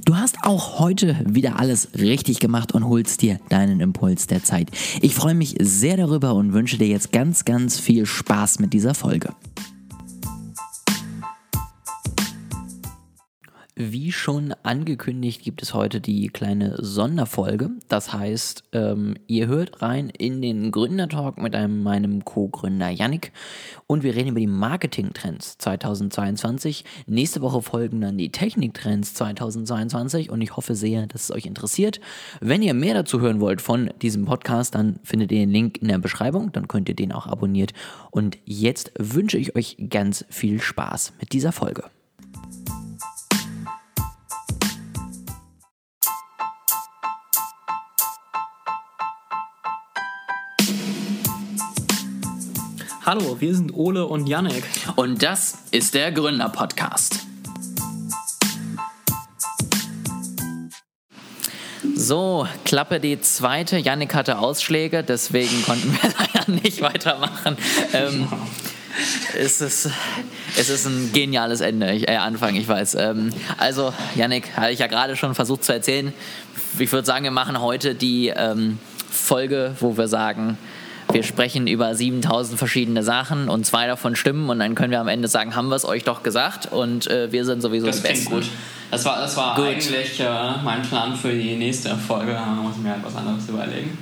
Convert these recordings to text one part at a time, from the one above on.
Du hast auch heute wieder alles richtig gemacht und holst dir deinen Impuls der Zeit. Ich freue mich sehr darüber und wünsche dir jetzt ganz, ganz viel Spaß mit dieser Folge. Wie schon angekündigt, gibt es heute die kleine Sonderfolge. Das heißt, ihr hört rein in den Gründertalk mit meinem Co-Gründer Yannick und wir reden über die Marketing-Trends 2022. Nächste Woche folgen dann die Technik-Trends 2022 und ich hoffe sehr, dass es euch interessiert. Wenn ihr mehr dazu hören wollt von diesem Podcast, dann findet ihr den Link in der Beschreibung, dann könnt ihr den auch abonniert. Und jetzt wünsche ich euch ganz viel Spaß mit dieser Folge. Hallo, wir sind Ole und Yannick. Und das ist der Gründer-Podcast. So, Klappe die zweite. Yannick hatte Ausschläge, deswegen konnten wir leider nicht weitermachen. Es ist ein geniales Anfang, ich weiß. Also, Yannick, habe ich ja gerade schon versucht zu erzählen. Ich würde sagen, wir machen heute die Folge, wo wir sagen, wir sprechen über 7000 verschiedene Sachen und 2 davon stimmen und dann können wir am Ende sagen, haben wir es euch doch gesagt und wir sind sowieso die Besten. Gut. Das war gut. Eigentlich mein Plan für die nächste Folge. Da muss ich mir halt was anderes überlegen.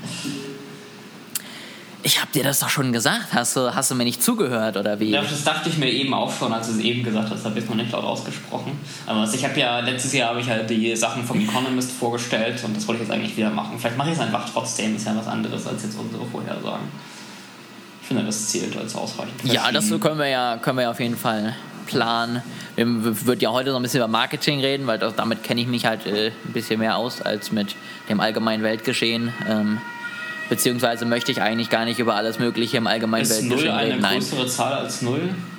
Ich habe dir das doch schon gesagt. Hast du mir nicht zugehört oder wie? Ja, das dachte ich mir eben auch schon, als du es eben gesagt hast. Habe ich noch nicht laut ausgesprochen. Aber letztes Jahr habe ich halt die Sachen vom Economist vorgestellt und das wollte ich jetzt eigentlich wieder machen. Vielleicht mache ich es einfach trotzdem. Ist ja was anderes als jetzt unsere Vorhersagen. Ich finde, das zählt als ausreichend. Ja, das können wir ja auf jeden Fall planen. Wir würden ja heute so ein bisschen über Marketing reden, weil damit kenne ich mich halt ein bisschen mehr aus als mit dem allgemeinen Weltgeschehen. Beziehungsweise möchte ich eigentlich gar nicht über alles Mögliche im allgemeinen Weltgeschehen reden. Ist 0 eine größere Zahl als 0?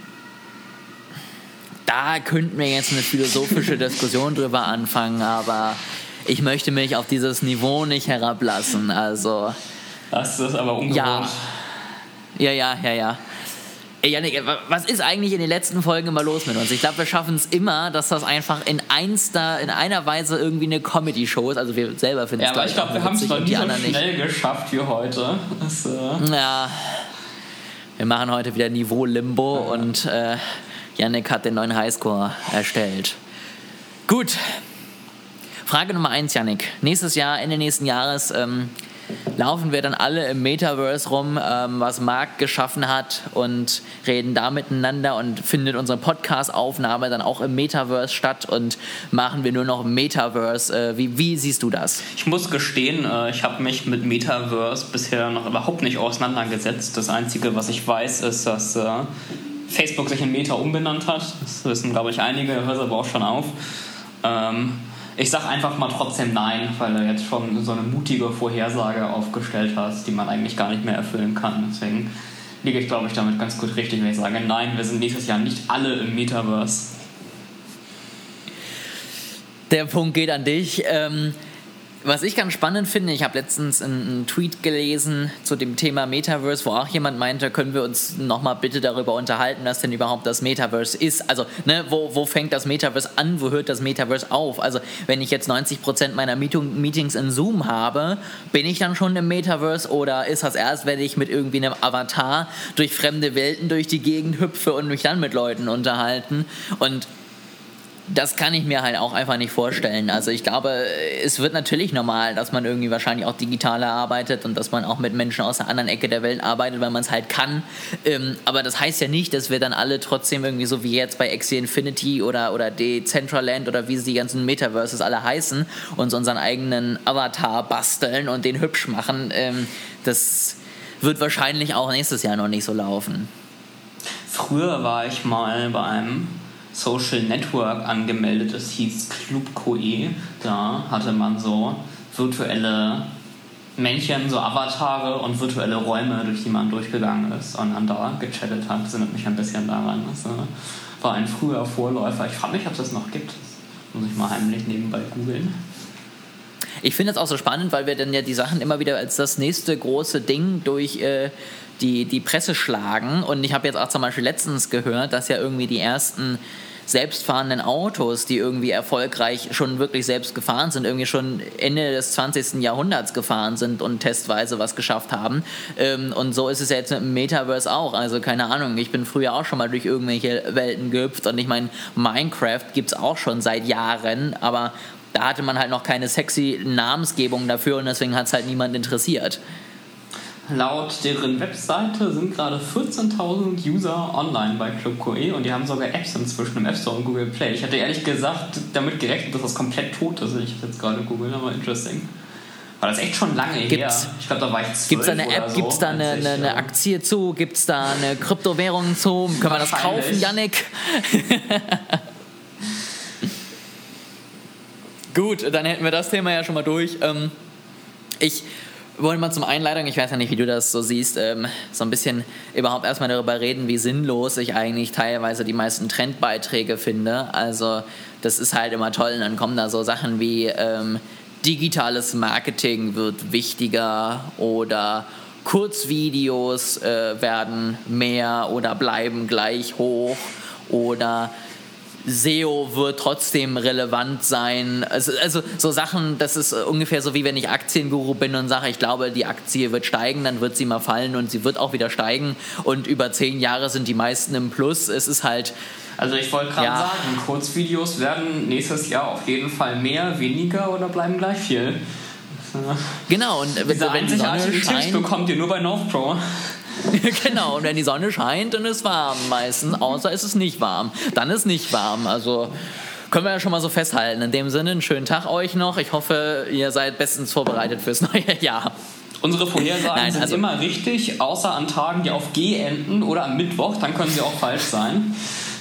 Da könnten wir jetzt eine philosophische Diskussion drüber anfangen, aber ich möchte mich auf dieses Niveau nicht herablassen. Also, das ist aber ungewohnt. Ja. Ey, Yannick, was ist eigentlich in den letzten Folgen immer los mit uns? Ich glaube, wir schaffen es immer, dass das einfach in einer Weise irgendwie eine Comedy-Show ist. Also wir selber finden es, aber ich glaube, wir haben es noch nie so schnell geschafft wie heute. Ja, wir machen heute wieder Niveau-Limbo und Yannick hat den neuen Highscore erstellt. Gut. Frage Nummer 1, Yannick. Nächstes Jahr, Ende nächsten Jahres, laufen wir dann alle im Metaverse rum, was Marc geschaffen hat und reden da miteinander und findet unsere Podcast-Aufnahme dann auch im Metaverse statt und machen wir nur noch Metaverse. Wie siehst du das? Ich muss gestehen, ich habe mich mit Metaverse bisher noch überhaupt nicht auseinandergesetzt. Das Einzige, was ich weiß, ist, dass Facebook sich in Meta umbenannt hat. Das wissen, glaube ich, einige, hört aber auch schon auf. Ich sage einfach mal trotzdem nein, weil du jetzt schon so eine mutige Vorhersage aufgestellt hast, die man eigentlich gar nicht mehr erfüllen kann. Deswegen liege ich, glaube ich, damit ganz gut richtig, wenn ich sage, nein, wir sind nächstes Jahr nicht alle im Metaverse. Der Punkt geht an dich. Was ich ganz spannend finde, ich habe letztens einen Tweet gelesen zu dem Thema Metaverse, wo auch jemand meinte, können wir uns nochmal bitte darüber unterhalten, was denn überhaupt das Metaverse ist. Also, wo fängt das Metaverse an, wo hört das Metaverse auf? Also, wenn ich jetzt 90% meiner Meetings in Zoom habe, bin ich dann schon im Metaverse oder ist das erst, wenn ich mit irgendwie einem Avatar durch fremde Welten durch die Gegend hüpfe und mich dann mit Leuten unterhalten? Und das kann ich mir halt auch einfach nicht vorstellen. Also ich glaube, es wird natürlich normal, dass man irgendwie wahrscheinlich auch digitaler arbeitet und dass man auch mit Menschen aus einer anderen Ecke der Welt arbeitet, weil man es halt kann. Aber das heißt ja nicht, dass wir dann alle trotzdem irgendwie so wie jetzt bei Axie Infinity oder Decentraland oder wie sie die ganzen Metaverses alle heißen, uns unseren eigenen Avatar basteln und den hübsch machen. Das wird wahrscheinlich auch nächstes Jahr noch nicht so laufen. Früher war ich mal bei einem Social Network angemeldet, das hieß Club Coe. Da hatte man so virtuelle Männchen, so Avatare und virtuelle Räume, durch die man durchgegangen ist und dann da gechattet hat. Das erinnert mich ein bisschen daran. Das war ein früher Vorläufer. Ich frage mich, ob es das noch gibt. Das muss ich mal heimlich nebenbei googeln. Ich finde es auch so spannend, weil wir dann ja die Sachen immer wieder als das nächste große Ding durch die Presse schlagen. Und ich habe jetzt auch zum Beispiel letztens gehört, dass ja irgendwie die ersten selbstfahrenden Autos, die irgendwie erfolgreich schon wirklich selbst gefahren sind, irgendwie schon Ende des 20. Jahrhunderts gefahren sind und testweise was geschafft haben. Und so ist es ja jetzt mit dem Metaverse auch. Also keine Ahnung, ich bin früher auch schon mal durch irgendwelche Welten gehüpft und ich meine, Minecraft gibt es auch schon seit Jahren, aber da hatte man halt noch keine sexy Namensgebung dafür und deswegen hat es halt niemand interessiert. Laut deren Webseite sind gerade 14.000 User online bei Club.QE und die haben sogar Apps inzwischen im App Store und Google Play. Ich hatte ehrlich gesagt damit gerechnet, dass das komplett tot ist. Ich habe jetzt gerade googeln, aber interesting. War das echt schon lange her? Ich glaube, da war ich 12 Gibt es da eine App, so, gibt es da eine Aktie zu, gibt es da eine Kryptowährung zu? Können wir das kaufen, Yannick? Gut, dann hätten wir das Thema ja schon mal durch. Ich wollte mal zum Einleitung, ich weiß ja nicht, wie du das so siehst, so ein bisschen überhaupt erstmal darüber reden, wie sinnlos ich eigentlich teilweise die meisten Trendbeiträge finde. Also das ist halt immer toll und dann kommen da so Sachen wie digitales Marketing wird wichtiger oder Kurzvideos werden mehr oder bleiben gleich hoch oder SEO wird trotzdem relevant sein. Also so Sachen, das ist ungefähr so, wie wenn ich Aktienguru bin und sage, ich glaube, die Aktie wird steigen, dann wird sie mal fallen und sie wird auch wieder steigen und über 10 Jahre sind die meisten im Plus. Es ist halt... Also ich wollte gerade sagen, Kurzvideos werden nächstes Jahr auf jeden Fall mehr, weniger oder bleiben gleich viel. Genau, und wenn die Sonne scheint, bekommt ihr nur bei NorthPro. Genau, und wenn die Sonne scheint, dann ist es warm meistens, außer es ist nicht warm. Dann ist nicht warm, also können wir ja schon mal so festhalten. In dem Sinne, einen schönen Tag euch noch. Ich hoffe, ihr seid bestens vorbereitet fürs neue Jahr. Unsere Vorhersagen sind immer richtig, außer an Tagen, die auf G enden oder am Mittwoch, dann können sie auch falsch sein.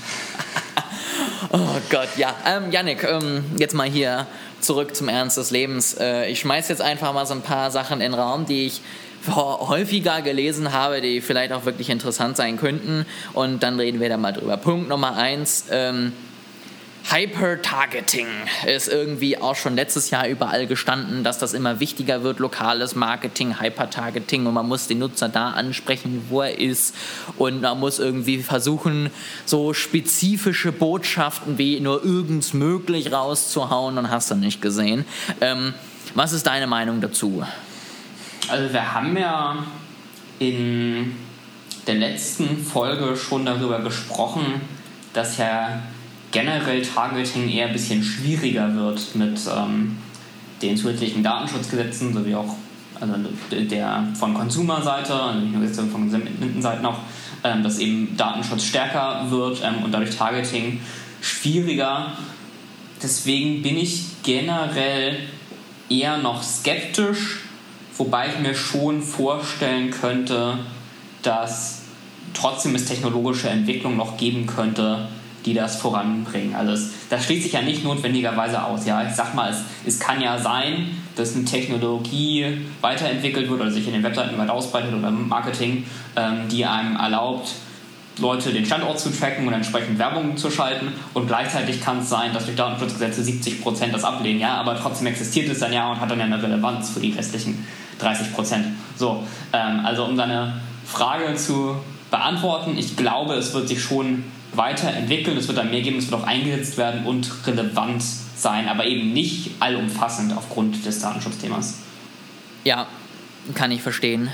Oh Gott, ja. Yannick, jetzt mal hier zurück zum Ernst des Lebens. Ich schmeiß jetzt einfach mal so ein paar Sachen in den Raum, die ich häufiger gelesen habe, die vielleicht auch wirklich interessant sein könnten. Und dann reden wir da mal drüber. Punkt Nummer 1. Hyper-Targeting ist irgendwie auch schon letztes Jahr überall gestanden, dass das immer wichtiger wird, lokales Marketing, Hyper-Targeting, und man muss den Nutzer da ansprechen, wo er ist, und man muss irgendwie versuchen, so spezifische Botschaften wie nur irgends möglich rauszuhauen, und hast du nicht gesehen. Was ist deine Meinung dazu? Also wir haben ja in der letzten Folge schon darüber gesprochen, dass ja generell Targeting eher ein bisschen schwieriger wird mit den zusätzlichen Datenschutzgesetzen, sowie auch also der von Consumer-Seite, also nicht nur von Konsumentenseiten auch, dass eben Datenschutz stärker wird und dadurch Targeting schwieriger. Deswegen bin ich generell eher noch skeptisch, wobei ich mir schon vorstellen könnte, dass trotzdem es technologische Entwicklung noch geben könnte, die das voranbringen. Also das schließt sich ja nicht notwendigerweise aus. Ja? Ich sag mal, es kann ja sein, dass eine Technologie weiterentwickelt wird oder sich in den Webseiten weiter ausbreitet oder im Marketing, die einem erlaubt, Leute den Standort zu tracken und entsprechend Werbung zu schalten, und gleichzeitig kann es sein, dass durch Datenschutzgesetze 70% das ablehnen, ja, aber trotzdem existiert es dann ja und hat dann ja eine Relevanz für die restlichen 30%. So, also um deine Frage zu beantworten, ich glaube, es wird sich schon weiterentwickeln, es wird dann mehr geben, es wird auch eingesetzt werden und relevant sein, aber eben nicht allumfassend aufgrund des Datenschutzthemas. Ja, kann ich verstehen.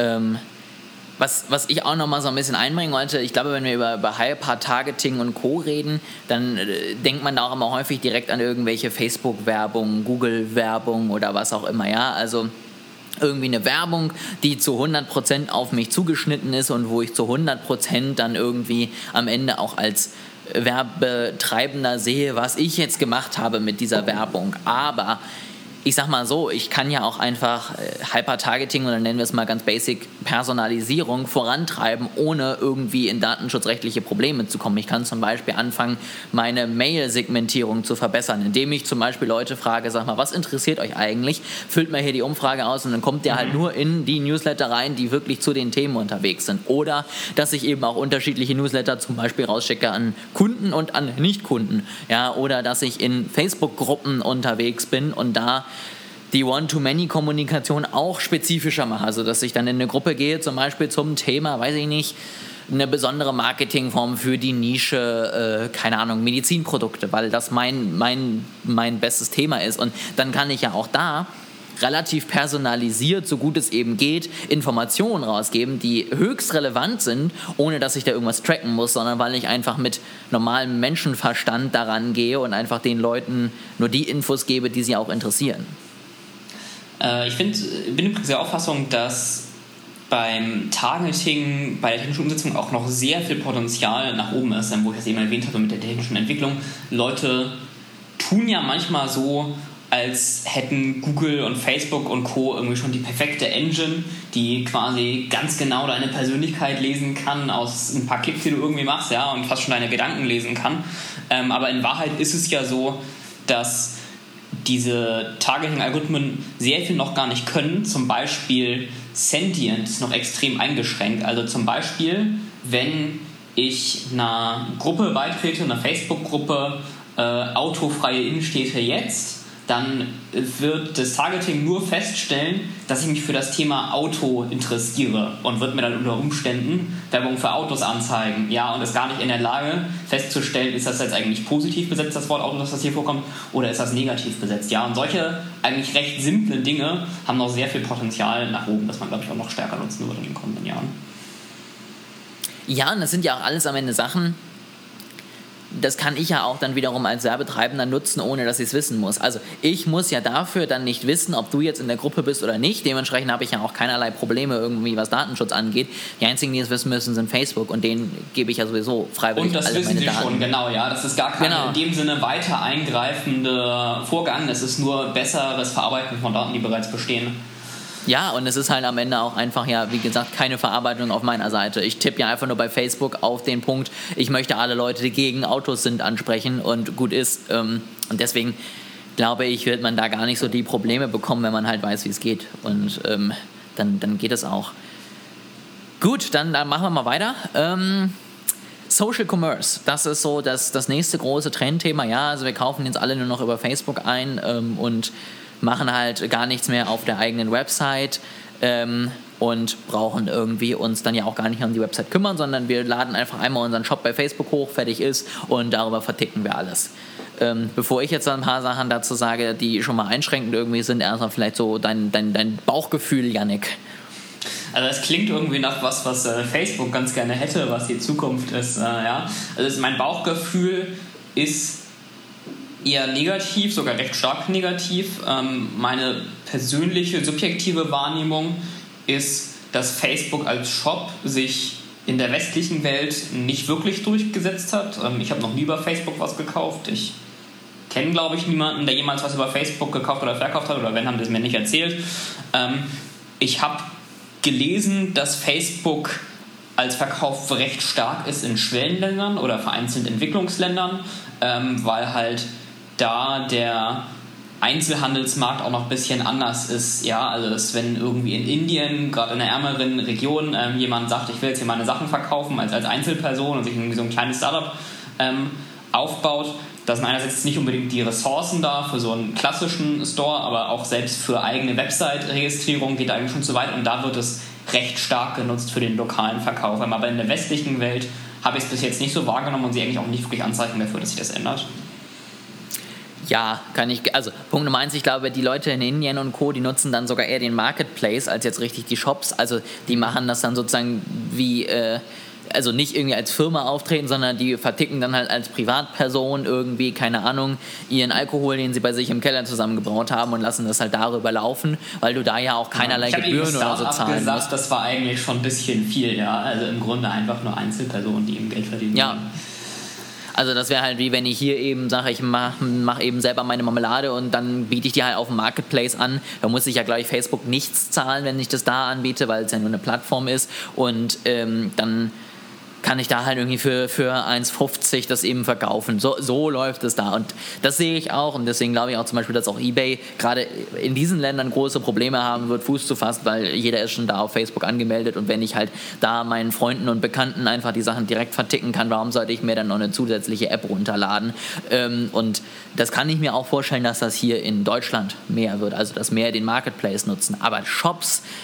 Was ich auch noch mal so ein bisschen einbringen wollte, ich glaube, wenn wir über Hyper-Targeting und Co. reden, dann denkt man da auch immer häufig direkt an irgendwelche Facebook-Werbung, Google-Werbung oder was auch immer, ja, also irgendwie eine Werbung, die zu 100% auf mich zugeschnitten ist und wo ich zu 100% dann irgendwie am Ende auch als Werbetreibender sehe, was ich jetzt gemacht habe mit dieser Werbung. Aber ich sag mal so, ich kann ja auch einfach Hyper-Targeting, oder nennen wir es mal ganz basic Personalisierung, vorantreiben, ohne irgendwie in datenschutzrechtliche Probleme zu kommen. Ich kann zum Beispiel anfangen, meine Mail-Segmentierung zu verbessern, indem ich zum Beispiel Leute frage, sag mal, was interessiert euch eigentlich? Füllt mal hier die Umfrage aus und dann kommt der halt nur in die Newsletter rein, die wirklich zu den Themen unterwegs sind. Oder dass ich eben auch unterschiedliche Newsletter zum Beispiel rausschicke an Kunden und an Nicht-Kunden. Ja, oder dass ich in Facebook-Gruppen unterwegs bin und da die One-to-Many-Kommunikation auch spezifischer mache. Also, dass ich dann in eine Gruppe gehe, zum Beispiel zum Thema, weiß ich nicht, eine besondere Marketingform für die Nische, keine Ahnung, Medizinprodukte, weil das mein bestes Thema ist. Und dann kann ich ja auch da relativ personalisiert, so gut es eben geht, Informationen rausgeben, die höchst relevant sind, ohne dass ich da irgendwas tracken muss, sondern weil ich einfach mit normalem Menschenverstand daran gehe und einfach den Leuten nur die Infos gebe, die sie auch interessieren. Ich bin übrigens der Auffassung, dass beim Targeting, bei der technischen Umsetzung auch noch sehr viel Potenzial nach oben ist, wo ich das eben erwähnt habe mit der technischen Entwicklung. Leute tun ja manchmal so, als hätten Google und Facebook und Co. irgendwie schon die perfekte Engine, die quasi ganz genau deine Persönlichkeit lesen kann aus ein paar Klicks, die du irgendwie machst, ja, und fast schon deine Gedanken lesen kann. Aber in Wahrheit ist es ja so, dass diese Targeting-Algorithmen sehr viel noch gar nicht können. Zum Beispiel Sentient ist noch extrem eingeschränkt. Also zum Beispiel, wenn ich einer Gruppe beitrete, einer Facebook-Gruppe, autofreie Innenstädte jetzt, dann wird das Targeting nur feststellen, dass ich mich für das Thema Auto interessiere und wird mir dann unter Umständen Werbung für Autos anzeigen. Ja, und ist gar nicht in der Lage festzustellen, ist das jetzt eigentlich positiv besetzt, das Wort Auto, das hier vorkommt, oder ist das negativ besetzt. Ja, und solche eigentlich recht simple Dinge haben noch sehr viel Potenzial nach oben, das man, glaube ich, auch noch stärker nutzen wird in den kommenden Jahren. Ja, und das sind ja auch alles am Ende Sachen, das kann ich ja auch dann wiederum als Werbetreibender nutzen, ohne dass ich es wissen muss. Also ich muss ja dafür dann nicht wissen, ob du jetzt in der Gruppe bist oder nicht. Dementsprechend habe ich ja auch keinerlei Probleme irgendwie, was Datenschutz angeht. Die einzigen, die es wissen müssen, sind Facebook und denen gebe ich ja sowieso freiwillig alle meine Daten. Und das wissen sie schon, genau, ja. Das ist gar kein in dem Sinne weiter eingreifender Vorgang. Es ist nur besseres Verarbeiten von Daten, die bereits bestehen. Ja, und es ist halt am Ende auch einfach, ja, wie gesagt, keine Verarbeitung auf meiner Seite. Ich tippe ja einfach nur bei Facebook auf den Punkt, ich möchte alle Leute, die gegen Autos sind, ansprechen und gut ist. Und deswegen glaube ich, wird man da gar nicht so die Probleme bekommen, wenn man halt weiß, wie es geht. Und dann geht es auch. Gut, dann machen wir mal weiter. Social Commerce, das ist so das nächste große Trendthema. Ja, also wir kaufen jetzt alle nur noch über Facebook ein und machen halt gar nichts mehr auf der eigenen Website und brauchen irgendwie uns dann ja auch gar nicht um die Website kümmern, sondern wir laden einfach einmal unseren Shop bei Facebook hoch, fertig ist und darüber verticken wir alles. Bevor ich jetzt ein paar Sachen dazu sage, die schon mal einschränkend irgendwie sind, erstmal vielleicht so dein Bauchgefühl, Yannick. Also es klingt irgendwie nach was Facebook ganz gerne hätte, was die Zukunft ist. Ja. Also mein Bauchgefühl ist eher negativ, sogar recht stark negativ. Meine persönliche, subjektive Wahrnehmung ist, dass Facebook als Shop sich in der westlichen Welt nicht wirklich durchgesetzt hat. Ich habe noch nie über Facebook was gekauft. Ich kenne, glaube ich, niemanden, der jemals was über Facebook gekauft oder verkauft hat, oder wenn, haben die es mir nicht erzählt. Ich habe gelesen, dass Facebook als Verkauf recht stark ist in Schwellenländern oder vereinzelt Entwicklungsländern, weil halt da der Einzelhandelsmarkt auch noch ein bisschen anders ist. Ja, also dass wenn irgendwie in Indien, gerade in einer ärmeren Region, jemand sagt, ich will jetzt hier meine Sachen verkaufen als Einzelperson und sich irgendwie so ein kleines Startup aufbaut, da sind einerseits nicht unbedingt die Ressourcen da für so einen klassischen Store, aber auch selbst für eigene Website-Registrierung geht eigentlich schon zu weit und da wird es recht stark genutzt für den lokalen Verkauf. Aber in der westlichen Welt habe ich es bis jetzt nicht so wahrgenommen und sehe eigentlich auch nicht wirklich Anzeichen dafür, dass sich das ändert. Ja, also Punkt Nummer 1, ich glaube, die Leute in Indien und Co., die nutzen dann sogar eher den Marketplace als jetzt richtig die Shops. Also die machen das dann sozusagen wie, also nicht irgendwie als Firma auftreten, sondern die verticken dann halt als Privatperson irgendwie, keine Ahnung, ihren Alkohol, den sie bei sich im Keller zusammengebraut haben und lassen das halt darüber laufen, weil du da ja auch keinerlei Gebühren oder so zahlen musst. Das war eigentlich schon ein bisschen viel, ja. Also im Grunde einfach nur Einzelpersonen, die eben Geld verdienen. Ja. Also das wäre halt wie wenn ich hier eben sage, ich mach eben selber meine Marmelade und dann biete ich die halt auf dem Marketplace an. Da muss ich ja gleich Facebook nichts zahlen, wenn ich das da anbiete, weil es ja nur eine Plattform ist. Und dann kann ich da halt irgendwie für 1,50 das eben verkaufen. So läuft es da. Und das sehe ich auch. Und deswegen glaube ich auch zum Beispiel, dass auch eBay gerade in diesen Ländern große Probleme haben wird, Fuß zu fassen, weil jeder ist schon da auf Facebook angemeldet. Und wenn ich halt da meinen Freunden und Bekannten einfach die Sachen direkt verticken kann, warum sollte ich mir dann noch eine zusätzliche App runterladen? Und das kann ich mir auch vorstellen, dass das hier in Deutschland mehr wird. Also, dass mehr den Marketplace nutzen. Aber Shops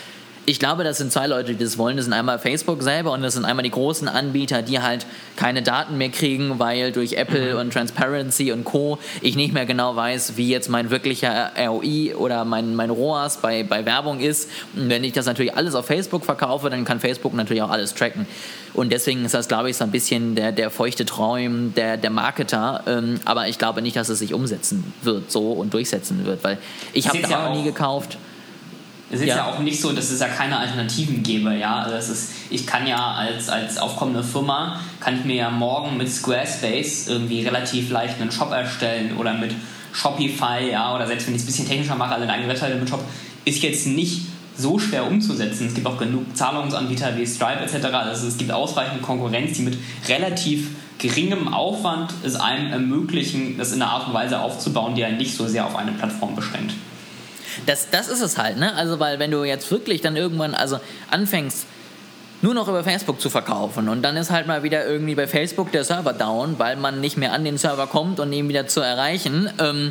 ich glaube, das sind zwei Leute, die das wollen. Das sind einmal Facebook selber und das sind einmal die großen Anbieter, die halt keine Daten mehr kriegen, weil durch Apple und Transparency und Co. ich nicht mehr genau weiß, wie jetzt mein wirklicher ROI oder mein ROAS bei Werbung ist. Und wenn ich das natürlich alles auf Facebook verkaufe, dann kann Facebook natürlich auch alles tracken. Und deswegen ist das, glaube ich, so ein bisschen der feuchte Traum der Marketer. Aber ich glaube nicht, dass es sich umsetzen wird so und durchsetzen wird, weil ich habe da auch nie gekauft. Es ist ja auch nicht so, dass es ja keine Alternativen gäbe, ja. Also ich kann ja als aufkommende Firma, kann ich mir ja morgen mit Squarespace irgendwie relativ leicht einen Shop erstellen oder mit Shopify, ja, oder selbst wenn ich es ein bisschen technischer mache, also eine eigene Webseite mit Shop, ist jetzt nicht so schwer umzusetzen. Es gibt auch genug Zahlungsanbieter wie Stripe etc. Also es gibt ausreichend Konkurrenz, die mit relativ geringem Aufwand es einem ermöglichen, das in einer Art und Weise aufzubauen, die einen nicht so sehr auf eine Plattform beschränkt. Das ist es halt, ne? Also, weil wenn du jetzt wirklich dann irgendwann anfängst, nur noch über Facebook zu verkaufen und dann ist halt mal wieder irgendwie bei Facebook der Server down, weil man nicht mehr an den Server kommt und ihn wieder zu erreichen,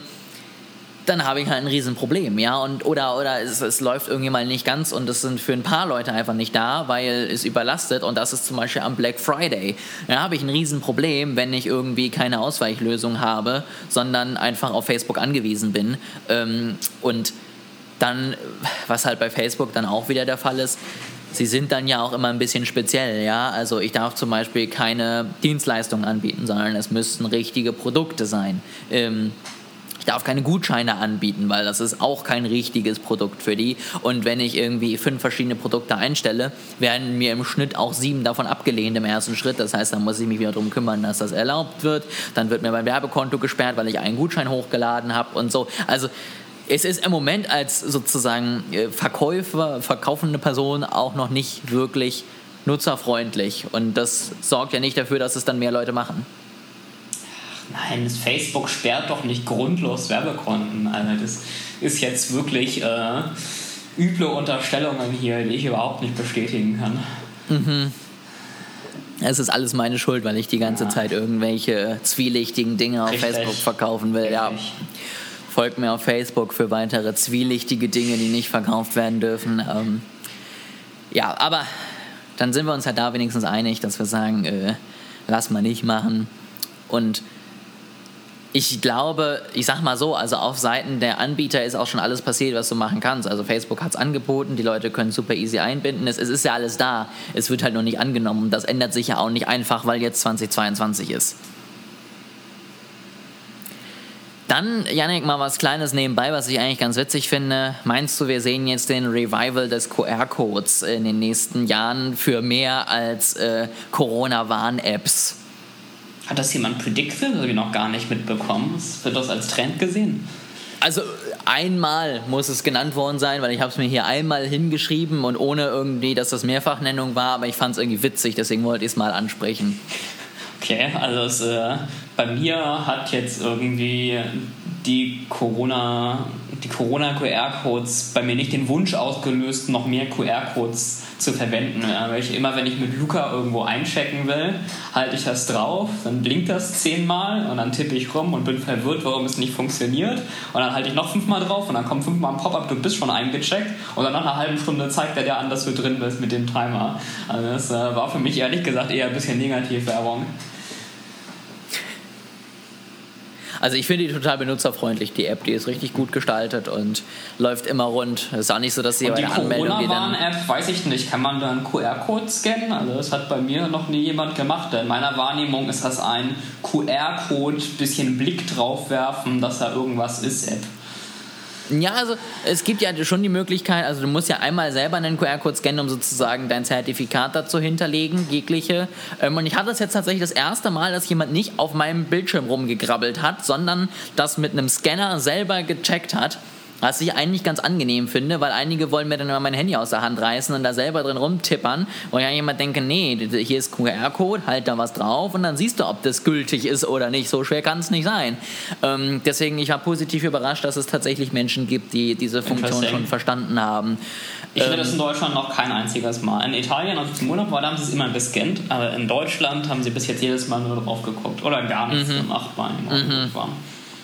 dann habe ich halt ein Riesenproblem, ja, oder es läuft irgendwie mal nicht ganz und es sind für ein paar Leute einfach nicht da, weil es überlastet und das ist zum Beispiel am Black Friday. Da habe ich ein Riesenproblem, wenn ich irgendwie keine Ausweichlösung habe, sondern einfach auf Facebook angewiesen bin und dann, was halt bei Facebook dann auch wieder der Fall ist, sie sind dann ja auch immer ein bisschen speziell, ja, also ich darf zum Beispiel keine Dienstleistungen anbieten, sondern es müssten richtige Produkte sein. Ich darf keine Gutscheine anbieten, weil das ist auch kein richtiges Produkt für die. Und wenn ich irgendwie 5 verschiedene Produkte einstelle, werden mir im Schnitt auch 7 davon abgelehnt im ersten Schritt. Das heißt, dann muss ich mich wieder darum kümmern, dass das erlaubt wird. Dann wird mir mein Werbekonto gesperrt, weil ich einen Gutschein hochgeladen habe und so. Also es ist im Moment als sozusagen verkaufende Person auch noch nicht wirklich nutzerfreundlich. Und das sorgt ja nicht dafür, dass es dann mehr Leute machen. Nein, das Facebook sperrt doch nicht grundlos Werbekonten. Also das ist jetzt wirklich üble Unterstellungen hier, die ich überhaupt nicht bestätigen kann. Mhm. Es ist alles meine Schuld, weil ich die ganze Zeit irgendwelche zwielichtigen Dinge auf Facebook verkaufen will. Ja. Folgt mir auf Facebook für weitere zwielichtige Dinge, die nicht verkauft werden dürfen. Ja, aber dann sind wir uns halt da wenigstens einig, dass wir sagen, lass mal nicht machen. Und ich glaube, ich sag mal so, also auf Seiten der Anbieter ist auch schon alles passiert, was du machen kannst. Also Facebook hat es angeboten, die Leute können super easy einbinden. Es ist ja alles da, es wird halt nur nicht angenommen. Das ändert sich ja auch nicht einfach, weil jetzt 2022 ist. Dann, Yannick, mal was Kleines nebenbei, was ich eigentlich ganz witzig finde. Meinst du, wir sehen jetzt den Revival des QR-Codes in den nächsten Jahren für mehr als Corona-Warn-Apps? Hat das jemand predicted oder noch gar nicht mitbekommen? Wird das als Trend gesehen? Also einmal muss es genannt worden sein, weil ich habe es mir hier einmal hingeschrieben und ohne irgendwie, dass das Mehrfachnennung war, aber ich fand es irgendwie witzig, deswegen wollte ich es mal ansprechen. Okay, also bei mir hat jetzt irgendwie die Corona-QR-Codes bei mir nicht den Wunsch ausgelöst, noch mehr QR-Codes zu verwenden. Ja, weil wenn ich mit Luca irgendwo einchecken will, halte ich das drauf, dann blinkt das 10-mal und dann tippe ich rum und bin verwirrt, warum es nicht funktioniert. Und dann halte ich noch 5-mal drauf und dann kommt 5-mal ein Pop-up, du bist schon eingecheckt und dann nach einer halben Stunde zeigt er dir an, dass du drin bist mit dem Timer. Also das war für mich ehrlich gesagt eher ein bisschen Negativwerbung. Also ich finde die total benutzerfreundlich, die App, die ist richtig gut gestaltet und läuft immer rund. Es ist auch nicht so, dass sie bei der Anmeldung die Corona-Warn-App, weiß ich nicht, kann man da einen QR-Code scannen? Also das hat bei mir noch nie jemand gemacht. In meiner Wahrnehmung ist das ein QR-Code, bisschen Blick drauf werfen, dass da irgendwas ist, App. Ja, also es gibt ja schon die Möglichkeit, also du musst ja einmal selber einen QR-Code scannen, um sozusagen dein Zertifikat dazu hinterlegen, jegliche. Und ich hatte das jetzt tatsächlich das erste Mal, dass jemand nicht auf meinem Bildschirm rumgegrabbelt hat, sondern das mit einem Scanner selber gecheckt hat. Was ich eigentlich ganz angenehm finde, weil einige wollen mir dann immer mein Handy aus der Hand reißen und da selber drin rumtippern. Und ich jemand denke, nee, hier ist QR-Code, halt da was drauf und dann siehst du, ob das gültig ist oder nicht. So schwer kann es nicht sein. Deswegen, ich war positiv überrascht, dass es tatsächlich Menschen gibt, die diese Funktion schon verstanden haben. Ich finde das in Deutschland noch kein einziges Mal. In Italien, als ich zum Urlaub war, da haben sie es immer gescannt, aber in Deutschland haben sie bis jetzt jedes Mal nur drauf geguckt oder gar nichts gemacht.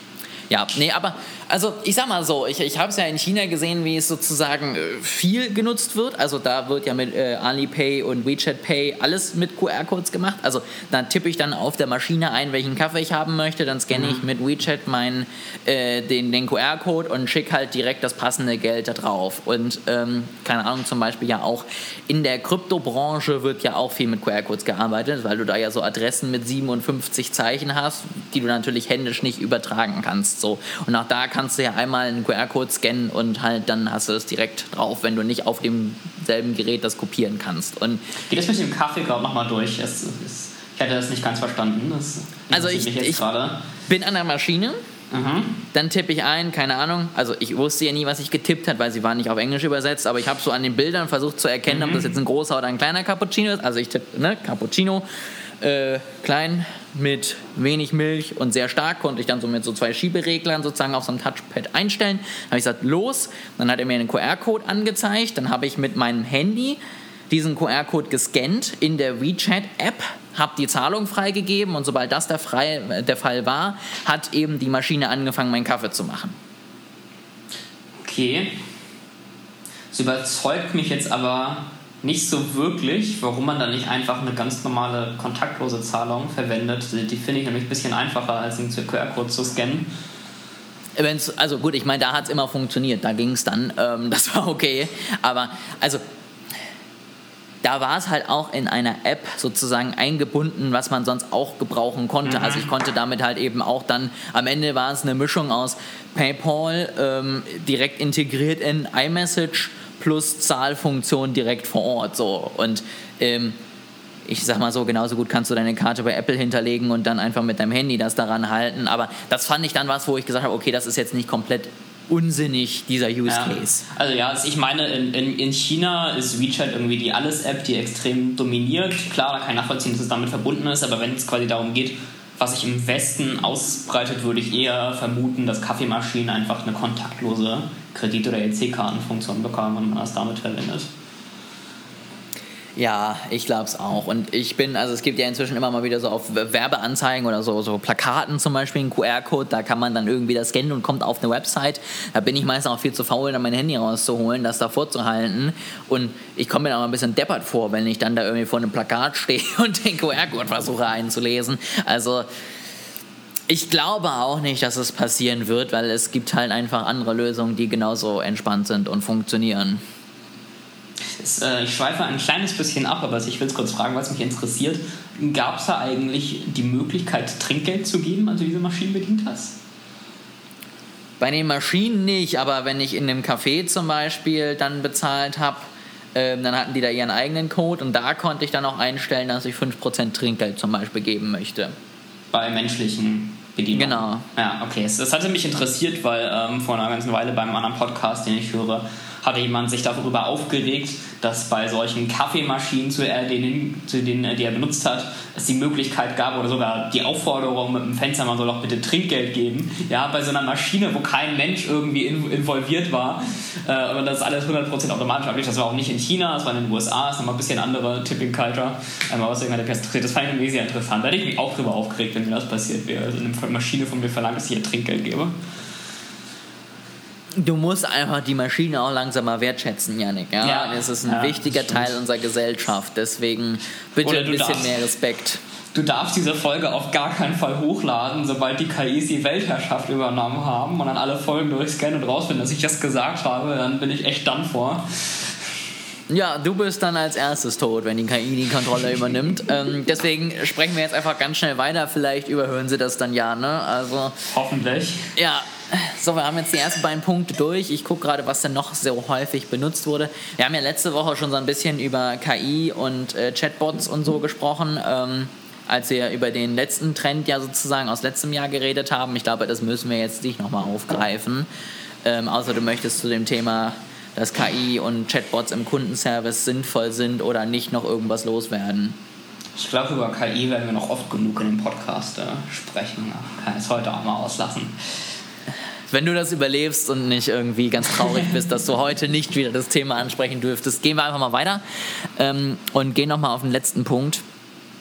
Ja, nee, aber also ich sag mal so, ich habe es ja in China gesehen, wie es sozusagen viel genutzt wird. Also da wird ja mit Alipay und WeChat Pay alles mit QR-Codes gemacht. Also da tippe ich dann auf der Maschine ein, welchen Kaffee ich haben möchte, dann scanne ich mit WeChat den QR-Code und schicke halt direkt das passende Geld da drauf. Und keine Ahnung, zum Beispiel ja auch in der Kryptobranche wird ja auch viel mit QR-Codes gearbeitet, weil du da ja so Adressen mit 57 Zeichen hast, die du natürlich händisch nicht übertragen kannst. So. Und auch da kannst du ja einmal einen QR-Code scannen und halt dann hast du es direkt drauf, wenn du nicht auf demselben Gerät das kopieren kannst. Und geht das mit dem Kaffee gerade nochmal durch? Ich hatte das nicht ganz verstanden. Also ich bin an der Maschine, dann tippe ich ein, keine Ahnung, also ich wusste ja nie, was ich getippt habe, weil sie waren nicht auf Englisch übersetzt, aber ich habe so an den Bildern versucht zu erkennen, ob das jetzt ein großer oder ein kleiner Cappuccino ist. Also ich tippe, Cappuccino, klein, mit wenig Milch und sehr stark, konnte ich dann so mit so 2 Schiebereglern sozusagen auf so einem Touchpad einstellen. Dann habe ich gesagt, los, dann hat er mir einen QR-Code angezeigt, dann habe ich mit meinem Handy diesen QR-Code gescannt in der WeChat-App, habe die Zahlung freigegeben und sobald das der Fall war, hat eben die Maschine angefangen, meinen Kaffee zu machen. Okay. Das überzeugt mich jetzt aber nicht so wirklich, warum man dann nicht einfach eine ganz normale kontaktlose Zahlung verwendet. Die finde ich nämlich ein bisschen einfacher, als einen QR-Code zu scannen. Also gut, ich meine, da hat es immer funktioniert, da ging es dann, das war okay, aber also da war es halt auch in einer App sozusagen eingebunden, was man sonst auch gebrauchen konnte. Also ich konnte damit halt eben auch dann, am Ende war es eine Mischung aus PayPal, direkt integriert in iMessage plus Zahlfunktion direkt vor Ort. So. Und ich sag mal so, genauso gut kannst du deine Karte bei Apple hinterlegen und dann einfach mit deinem Handy das daran halten. Aber das fand ich dann was, wo ich gesagt habe, okay, das ist jetzt nicht komplett unsinnig, dieser Use Case. Also ich meine, in China ist WeChat irgendwie die Alles-App, die extrem dominiert. Klar, da kann ich nachvollziehen, dass es damit verbunden ist, aber wenn es quasi darum geht, was sich im Westen ausbreitet, würde ich eher vermuten, dass Kaffeemaschinen einfach eine kontaktlose Kredit- oder EC-Kartenfunktion bekommen und man das damit verwendet. Ja, ich glaube es auch. Und es gibt ja inzwischen immer mal wieder so auf Werbeanzeigen oder so Plakaten zum Beispiel, einen QR-Code, da kann man dann irgendwie das scannen und kommt auf eine Website. Da bin ich meistens auch viel zu faul, dann mein Handy rauszuholen, das da vorzuhalten. Und ich komme mir auch ein bisschen deppert vor, wenn ich dann da irgendwie vor einem Plakat stehe und den QR-Code versuche einzulesen. Also ich glaube auch nicht, dass es passieren wird, weil es gibt halt einfach andere Lösungen, die genauso entspannt sind und funktionieren. Ich schweife ein kleines bisschen ab, aber ich will es kurz fragen, was mich interessiert. Gab es da eigentlich die Möglichkeit, Trinkgeld zu geben, als du diese Maschinen bedient hast? Bei den Maschinen nicht, aber wenn ich in einem Café zum Beispiel dann bezahlt habe, dann hatten die da ihren eigenen Code und da konnte ich dann auch einstellen, dass ich 5% Trinkgeld zum Beispiel geben möchte. Bei menschlichen Bedienungen? Genau. Ja, okay. Das hatte mich interessiert, weil vor einer ganzen Weile beim anderen Podcast, den ich höre, hatte jemand sich darüber aufgeregt, dass bei solchen Kaffeemaschinen, zu denen, die er benutzt hat, es die Möglichkeit gab oder sogar die Aufforderung mit dem Fenster, man soll doch bitte Trinkgeld geben. Ja, bei so einer Maschine, wo kein Mensch irgendwie involviert war und das alles 100% automatisch abgeht. Das war auch nicht in China, das war in den USA, das ist nochmal ein bisschen andere Tipping Culture. Aus irgendeiner Perspektive, das fand ich irgendwie sehr interessant. Da hätte ich mich auch drüber aufgeregt, wenn mir das passiert wäre. Also eine Maschine von mir verlangt, dass ich ihr Trinkgeld gebe. Du musst einfach die Maschine auch langsam mal wertschätzen, Yannick. Ja? Es ist ein wichtiger Teil unserer Gesellschaft. Deswegen bitte ein bisschen mehr Respekt. Du darfst diese Folge auf gar keinen Fall hochladen, sobald die KIs die Weltherrschaft übernommen haben und dann alle Folgen durchscannen und rausfinden, dass ich das gesagt habe, dann bin ich echt done for. Ja, du bist dann als erstes tot, wenn die KI die Kontrolle übernimmt. Deswegen sprechen wir jetzt einfach ganz schnell weiter. Vielleicht überhören sie das dann ja, ne? Also, hoffentlich. Ja. So, wir haben jetzt die ersten beiden Punkte durch. Ich gucke gerade, was denn noch so häufig benutzt wurde. Wir haben ja letzte Woche schon so ein bisschen über KI und Chatbots und so gesprochen, als wir über den letzten Trend ja sozusagen aus letztem Jahr geredet haben. Ich glaube, das müssen wir jetzt nicht nochmal aufgreifen. Außer du möchtest zu dem Thema, dass KI und Chatbots im Kundenservice sinnvoll sind oder nicht, noch irgendwas loswerden. Ich glaube, über KI werden wir noch oft genug in dem Podcast sprechen. Kann ich es heute auch mal auslassen. Wenn du das überlebst und nicht irgendwie ganz traurig bist, dass du heute nicht wieder das Thema ansprechen dürftest, gehen wir einfach mal weiter und gehen nochmal auf den letzten Punkt,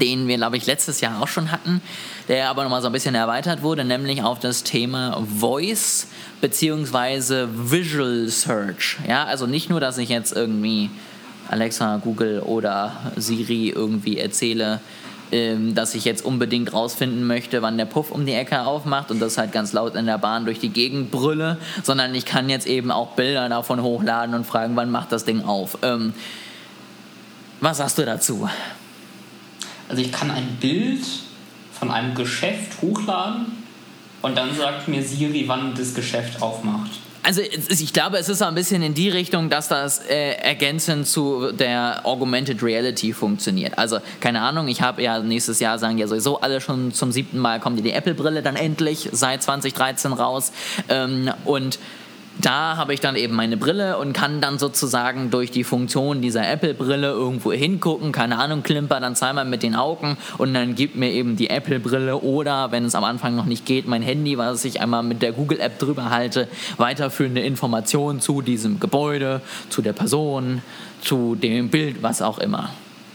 den wir, glaube ich, letztes Jahr auch schon hatten, der aber nochmal so ein bisschen erweitert wurde, nämlich auf das Thema Voice bzw. Visual Search. Ja, also nicht nur, dass ich jetzt irgendwie Alexa, Google oder Siri irgendwie erzähle, dass ich jetzt unbedingt rausfinden möchte, wann der Puff um die Ecke aufmacht und das halt ganz laut in der Bahn durch die Gegend brülle, sondern ich kann jetzt eben auch Bilder davon hochladen und fragen, wann macht das Ding auf. Was sagst du dazu? Also ich kann ein Bild von einem Geschäft hochladen und dann sagt mir Siri, wann das Geschäft aufmacht. Also ich glaube, es ist so ein bisschen in die Richtung, dass das ergänzend zu der Augmented Reality funktioniert. Also keine Ahnung, ich habe ja nächstes Jahr, sagen ja sowieso alle schon zum 7. Mal, kommt die Apple-Brille dann endlich seit 2013 raus und da habe ich dann eben meine Brille und kann dann sozusagen durch die Funktion dieser Apple-Brille irgendwo hingucken, keine Ahnung, klimper dann zweimal mit den Augen und dann gibt mir eben die Apple-Brille oder, wenn es am Anfang noch nicht geht, mein Handy, was ich einmal mit der Google-App drüber halte, weiterführende Informationen zu diesem Gebäude, zu der Person, zu dem Bild, was auch immer.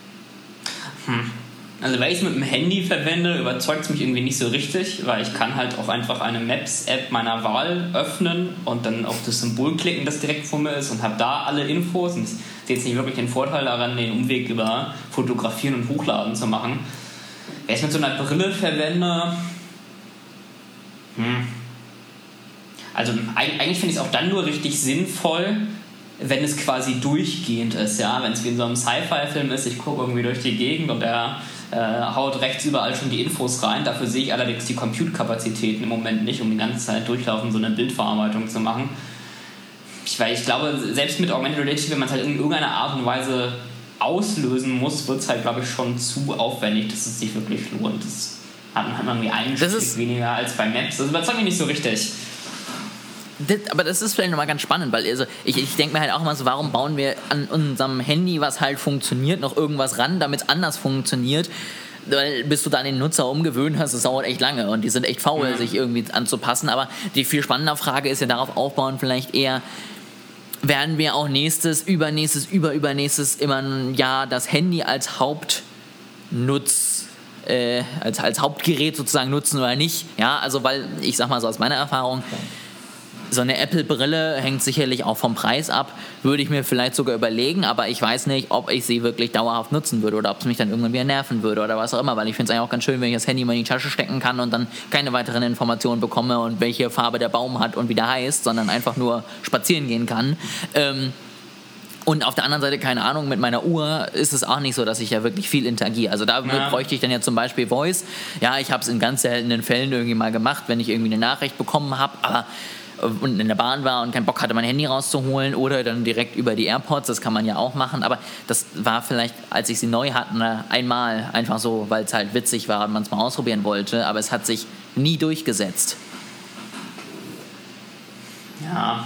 Also weil ich es mit dem Handy verwende, überzeugt es mich irgendwie nicht so richtig, weil ich kann halt auch einfach eine Maps-App meiner Wahl öffnen und dann auf das Symbol klicken, das direkt vor mir ist und habe da alle Infos und ich sehe jetzt nicht wirklich den Vorteil daran, den Umweg über Fotografieren und Hochladen zu machen. Wenn ich es mit so einer Brille verwende, also eigentlich finde ich es auch dann nur richtig sinnvoll, wenn es quasi durchgehend ist, ja, wenn es wie in so einem Sci-Fi-Film ist, ich gucke irgendwie durch die Gegend und der haut rechts überall schon die Infos rein, dafür sehe ich allerdings die Compute-Kapazitäten im Moment nicht, um die ganze Zeit durchlaufend so eine Bildverarbeitung zu machen. Weil ich glaube, selbst mit Augmented Reality, wenn man es halt in irgendeiner Art und Weise auslösen muss, wird es halt, glaube ich, schon zu aufwendig, dass es sich wirklich lohnt. Das hat man irgendwie einen Stück weniger als bei Maps. Das überzeugt mich nicht so richtig. Aber das ist vielleicht nochmal ganz spannend, weil also ich denke mir halt auch immer so, warum bauen wir an unserem Handy, was halt funktioniert, noch irgendwas ran, damit es anders funktioniert, weil bis du da an den Nutzer umgewöhnt hast, das dauert echt lange und die sind echt faul, sich irgendwie anzupassen, aber die viel spannendere Frage ist ja darauf aufbauen, vielleicht eher, werden wir auch nächstes, übernächstes immer ein Jahr das Handy als als Hauptgerät sozusagen nutzen oder nicht, ja, also weil, ich sag mal so aus meiner Erfahrung, so eine Apple-Brille hängt sicherlich auch vom Preis ab, würde ich mir vielleicht sogar überlegen, aber ich weiß nicht, ob ich sie wirklich dauerhaft nutzen würde oder ob es mich dann irgendwann wieder nerven würde oder was auch immer, weil ich finde es eigentlich auch ganz schön, wenn ich das Handy mal in die Tasche stecken kann und dann keine weiteren Informationen bekomme und welche Farbe der Baum hat und wie der heißt, sondern einfach nur spazieren gehen kann. Und auf der anderen Seite, keine Ahnung, mit meiner Uhr ist es auch nicht so, dass ich ja wirklich viel interagiere. Also da bräuchte ich dann ja zum Beispiel Voice. Ja, ich habe es in ganz seltenen Fällen irgendwie mal gemacht, wenn ich irgendwie eine Nachricht bekommen habe, aber und in der Bahn war und keinen Bock hatte, mein Handy rauszuholen oder dann direkt über die AirPods, das kann man ja auch machen, aber das war vielleicht, als ich sie neu hatte, einmal einfach so, weil es halt witzig war und man es mal ausprobieren wollte, aber es hat sich nie durchgesetzt. Ja.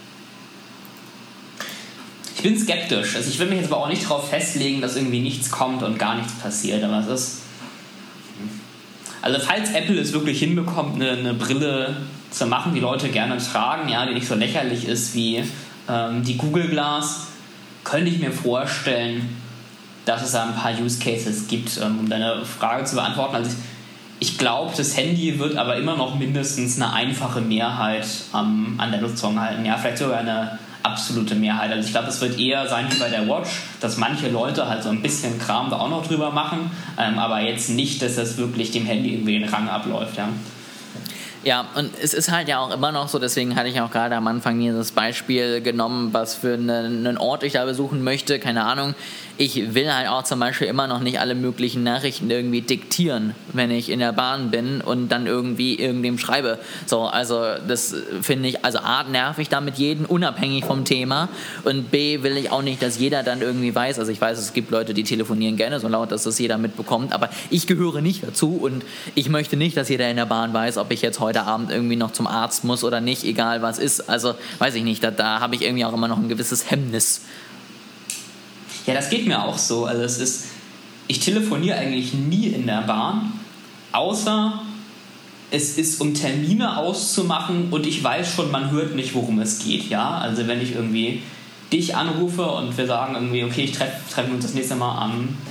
Ich bin skeptisch, also ich will mich jetzt aber auch nicht darauf festlegen, dass irgendwie nichts kommt und gar nichts passiert, aber es ist... Also falls Apple es wirklich hinbekommt, eine Brille zu machen, die Leute gerne tragen, ja, die nicht so lächerlich ist wie die Google Glass, könnte ich mir vorstellen, dass es da ein paar Use Cases gibt, um deine Frage zu beantworten. Also ich glaube, das Handy wird aber immer noch mindestens eine einfache Mehrheit an der Nutzung halten. Ja, vielleicht sogar eine absolute Mehrheit. Also ich glaube, es wird eher sein wie bei der Watch, dass manche Leute halt so ein bisschen Kram da auch noch drüber machen, aber jetzt nicht, dass das wirklich dem Handy irgendwie den Rang abläuft, ja. Ja, und es ist halt ja auch immer noch so, deswegen hatte ich auch gerade am Anfang hier das Beispiel genommen, was für einen Ort ich da besuchen möchte, keine Ahnung. Ich will halt auch zum Beispiel immer noch nicht alle möglichen Nachrichten irgendwie diktieren, wenn ich in der Bahn bin und dann irgendwie irgendwem schreibe. So, also das finde ich, also A, nerv ich damit jeden, unabhängig vom Thema, und B, will ich auch nicht, dass jeder dann irgendwie weiß, also ich weiß, es gibt Leute, die telefonieren gerne so laut, dass das jeder mitbekommt, aber ich gehöre nicht dazu und ich möchte nicht, dass jeder in der Bahn weiß, ob ich jetzt heute Abend irgendwie noch zum Arzt muss oder nicht, egal was ist. Also weiß ich nicht, da habe ich irgendwie auch immer noch ein gewisses Hemmnis. Ja, das geht mir auch so. Also ich telefoniere eigentlich nie in der Bahn, außer es ist, um Termine auszumachen und ich weiß schon, man hört nicht, worum es geht. Ja? Also wenn ich irgendwie dich anrufe und wir sagen irgendwie, okay, ich treffen uns das nächste Mal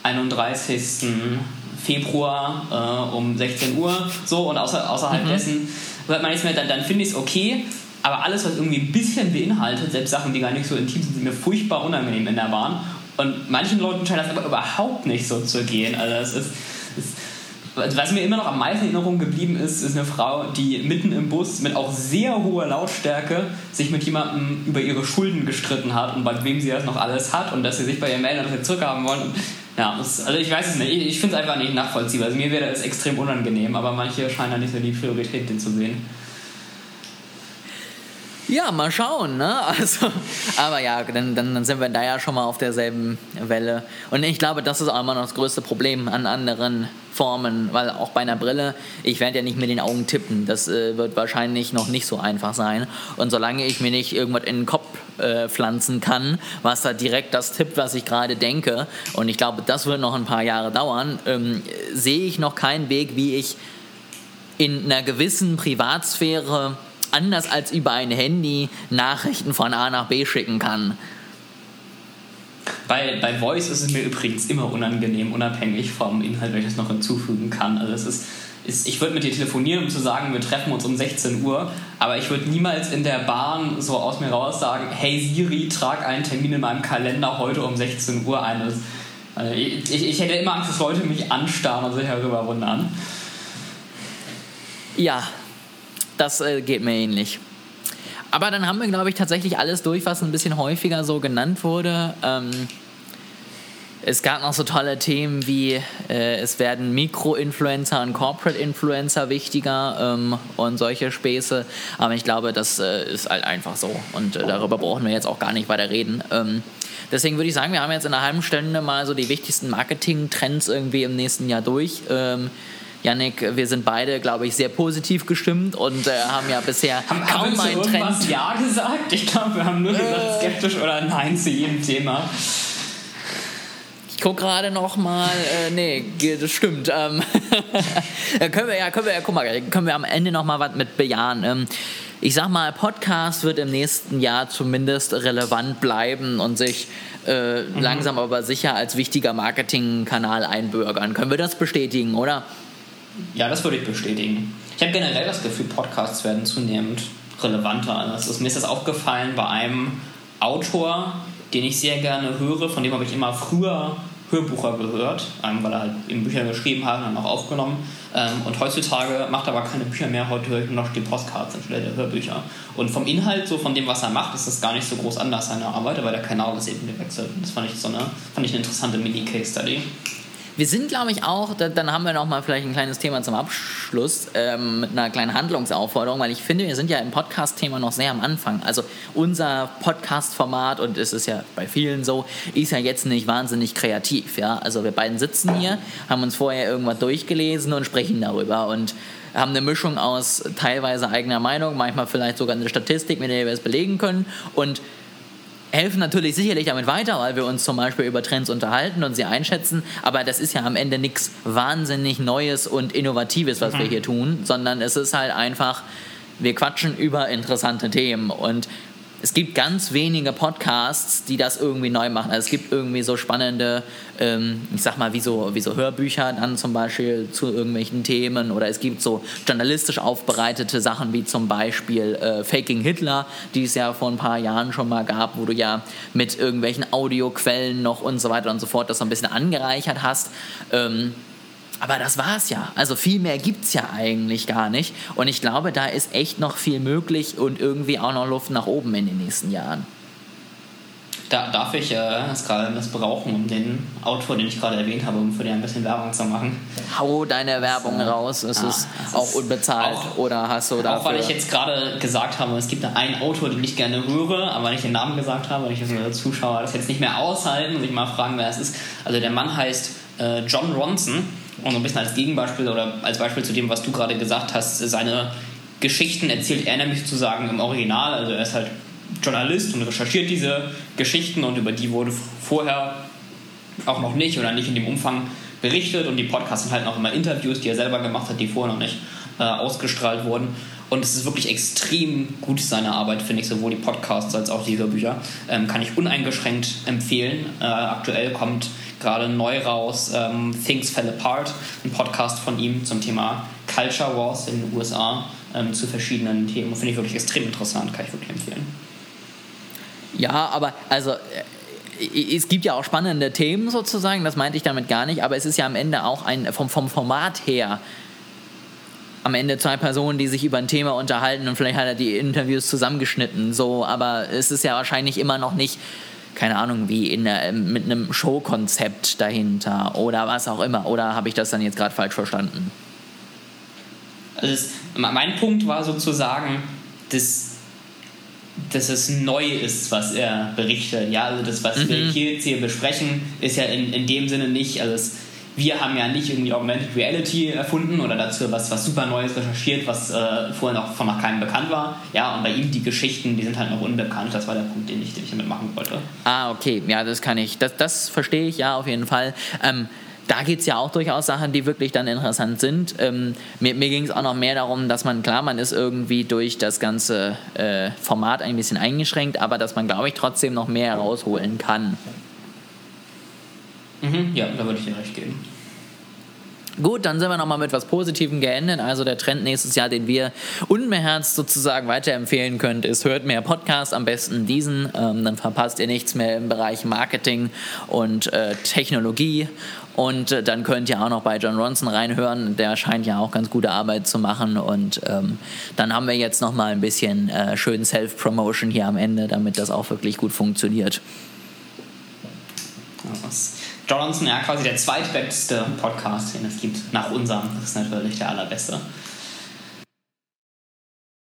31. Februar um 16 Uhr so und außerhalb dessen hört man nichts mehr, dann finde ich es okay, aber alles, was irgendwie ein bisschen beinhaltet, selbst Sachen, die gar nicht so intim sind, sind mir furchtbar unangenehm in der Bahn und manchen Leuten scheint das aber überhaupt nicht so zu gehen. Also was mir immer noch am meisten in Erinnerung geblieben ist eine Frau, die mitten im Bus mit auch sehr hoher Lautstärke sich mit jemandem über ihre Schulden gestritten hat und bei wem sie das noch alles hat und dass sie sich bei ihr melden und das zurückhaben wollen. Ja, also ich weiß es nicht. Ich finde es einfach nicht nachvollziehbar. Also mir wäre das extrem unangenehm, aber manche scheinen da nicht so die Priorität zu sehen. Ja, mal schauen, ne? Also, aber ja, dann sind wir da ja schon mal auf derselben Welle. Und ich glaube, das ist auch immer noch das größte Problem an anderen Formen, weil auch bei einer Brille, ich werde ja nicht mit den Augen tippen. Das wird wahrscheinlich noch nicht so einfach sein. Und solange ich mir nicht irgendwas in den Kopf pflanzen kann, was da direkt das tippt, was ich gerade denke, und ich glaube, das wird noch ein paar Jahre dauern, sehe ich noch keinen Weg, wie ich in einer gewissen Privatsphäre anders als über ein Handy Nachrichten von A nach B schicken kann. Bei Voice ist es mir übrigens immer unangenehm, unabhängig vom Inhalt, welches noch hinzufügen kann. Also ich würde mit dir telefonieren, um zu sagen, wir treffen uns um 16 Uhr, aber ich würde niemals in der Bahn so aus mir raus sagen, hey Siri, trag einen Termin in meinem Kalender heute um 16 Uhr ein. Ich hätte immer Angst, dass Leute mich anstarren und sich darüber wundern. Ja, das geht mir ähnlich. Aber dann haben wir, glaube ich, tatsächlich alles durch, was ein bisschen häufiger so genannt wurde. Es gab noch so tolle Themen wie, es werden Mikro-Influencer und Corporate-Influencer wichtiger und solche Späße. Aber ich glaube, das ist halt einfach so. Und darüber brauchen wir jetzt auch gar nicht weiter reden. Deswegen würde ich sagen, wir haben jetzt in einer halben Stunde mal so die wichtigsten Marketing-Trends irgendwie im nächsten Jahr durch. Yannick, wir sind beide, glaube ich, sehr positiv gestimmt und haben ja bisher kaum einen Trend. Haben wir Ja gesagt? Ich glaube, wir haben nur gesagt skeptisch oder Nein zu jedem Thema. Ich gucke gerade noch mal, nee, das stimmt. Können wir am Ende noch mal was mit bejahen. Ich sag mal, Podcast wird im nächsten Jahr zumindest relevant bleiben und sich langsam aber sicher als wichtiger Marketingkanal einbürgern. Können wir das bestätigen, oder? Ja, das würde ich bestätigen. Ich habe generell das Gefühl, Podcasts werden zunehmend relevanter. Also mir ist das aufgefallen bei einem Autor, den ich sehr gerne höre, von dem habe ich immer früher Hörbücher gehört, weil er halt eben Bücher geschrieben hat und dann auch aufgenommen. Und heutzutage macht er aber keine Bücher mehr, heute höre ich nur noch die Podcasts anstelle der Hörbücher. Und vom Inhalt, so von dem, was er macht, ist das gar nicht so groß anders, seine Arbeit, aber der Kanal ist eben gewechselt. Das fand ich eine interessante Mini-Case-Study. Wir sind, glaube ich, auch, dann haben wir noch mal vielleicht ein kleines Thema zum Abschluss mit einer kleinen Handlungsaufforderung, weil ich finde, wir sind ja im Podcast-Thema noch sehr am Anfang. Also unser Podcast-Format, und es ist ja bei vielen so, ist ja jetzt nicht wahnsinnig kreativ. Ja? Also wir beiden sitzen hier, haben uns vorher irgendwas durchgelesen und sprechen darüber und haben eine Mischung aus teilweise eigener Meinung, manchmal vielleicht sogar eine Statistik, mit der wir es belegen können und helfen natürlich sicherlich damit weiter, weil wir uns zum Beispiel über Trends unterhalten und sie einschätzen, aber das ist ja am Ende nichts wahnsinnig Neues und Innovatives, was wir hier tun, sondern es ist halt einfach, wir quatschen über interessante Themen und es gibt ganz wenige Podcasts, die das irgendwie neu machen. Also es gibt irgendwie so spannende, ich sag mal, wie so Hörbücher dann zum Beispiel zu irgendwelchen Themen oder es gibt so journalistisch aufbereitete Sachen wie zum Beispiel Faking Hitler, die es ja vor ein paar Jahren schon mal gab, wo du ja mit irgendwelchen Audioquellen noch und so weiter und so fort das so ein bisschen angereichert hast. Aber das war's ja. Also viel mehr gibt's ja eigentlich gar nicht. Und ich glaube, da ist echt noch viel möglich und irgendwie auch noch Luft nach oben in den nächsten Jahren. Darf ich das gerade missbrauchen, um den Autor, den ich gerade erwähnt habe, um für den ein bisschen Werbung zu machen? Hau deine Werbung raus. Es ist auch unbezahlt. Oder hast du dafür... Auch weil ich jetzt gerade gesagt habe, es gibt da einen Autor, den ich gerne höre, aber nicht den Namen gesagt habe, und ich als Zuschauer das jetzt nicht mehr aushalten und sich mal fragen, wer es ist. Also der Mann heißt Jon Ronson. Und so ein bisschen als Gegenbeispiel oder als Beispiel zu dem, was du gerade gesagt hast, seine Geschichten erzählt er nämlich sozusagen im Original. Also er ist halt Journalist und recherchiert diese Geschichten und über die wurde vorher auch noch nicht oder nicht in dem Umfang berichtet und die Podcasts sind halt noch immer Interviews, die er selber gemacht hat, die vorher noch nicht ausgestrahlt wurden. Und es ist wirklich extrem gut, seine Arbeit, finde ich, sowohl die Podcasts als auch die Hörbücher. Kann ich uneingeschränkt empfehlen. Aktuell kommt gerade neu raus Things Fell Apart, ein Podcast von ihm zum Thema Culture Wars in den USA zu verschiedenen Themen. Finde ich wirklich extrem interessant, kann ich wirklich empfehlen. Ja, aber also es gibt ja auch spannende Themen sozusagen, das meinte ich damit gar nicht, aber es ist ja am Ende auch vom Format her am Ende zwei Personen, die sich über ein Thema unterhalten und vielleicht hat er die Interviews zusammengeschnitten, so, aber es ist ja wahrscheinlich immer noch nicht, keine Ahnung, wie mit einem Showkonzept dahinter oder was auch immer, oder habe ich das dann jetzt gerade falsch verstanden? Also mein Punkt war sozusagen, dass es neu ist, was er berichtet. Ja, also das, was wir jetzt hier besprechen, ist ja in dem Sinne nicht, also wir haben ja nicht irgendwie Augmented Reality erfunden oder dazu was super Neues recherchiert, was vorher noch von keinem bekannt war. Ja, und bei ihm die Geschichten, die sind halt noch unbekannt. Das war der Punkt, den ich damit machen wollte. Okay, ja, das verstehe ich, ja, auf jeden Fall. Da gibt es ja auch durchaus Sachen, die wirklich dann interessant sind. Mir ging es auch noch mehr darum, dass man ist irgendwie durch das ganze Format ein bisschen eingeschränkt, aber dass man, glaube ich, trotzdem noch mehr herausholen kann. Ja, da würde ich dir recht geben. Gut, dann sind wir nochmal mit was Positivem geendet. Also der Trend nächstes Jahr, den wir unbeherzt sozusagen weiterempfehlen könnt, ist, hört mehr Podcasts, am besten diesen. Dann verpasst ihr nichts mehr im Bereich Marketing und Technologie. Und dann könnt ihr auch noch bei Jon Ronson reinhören. Der scheint ja auch ganz gute Arbeit zu machen. Und dann haben wir jetzt nochmal ein bisschen schön Self-Promotion hier am Ende, damit das auch wirklich gut funktioniert. Jon Ronson, ja, quasi der zweitbeste Podcast, den es gibt, nach unserem. Das ist natürlich der allerbeste.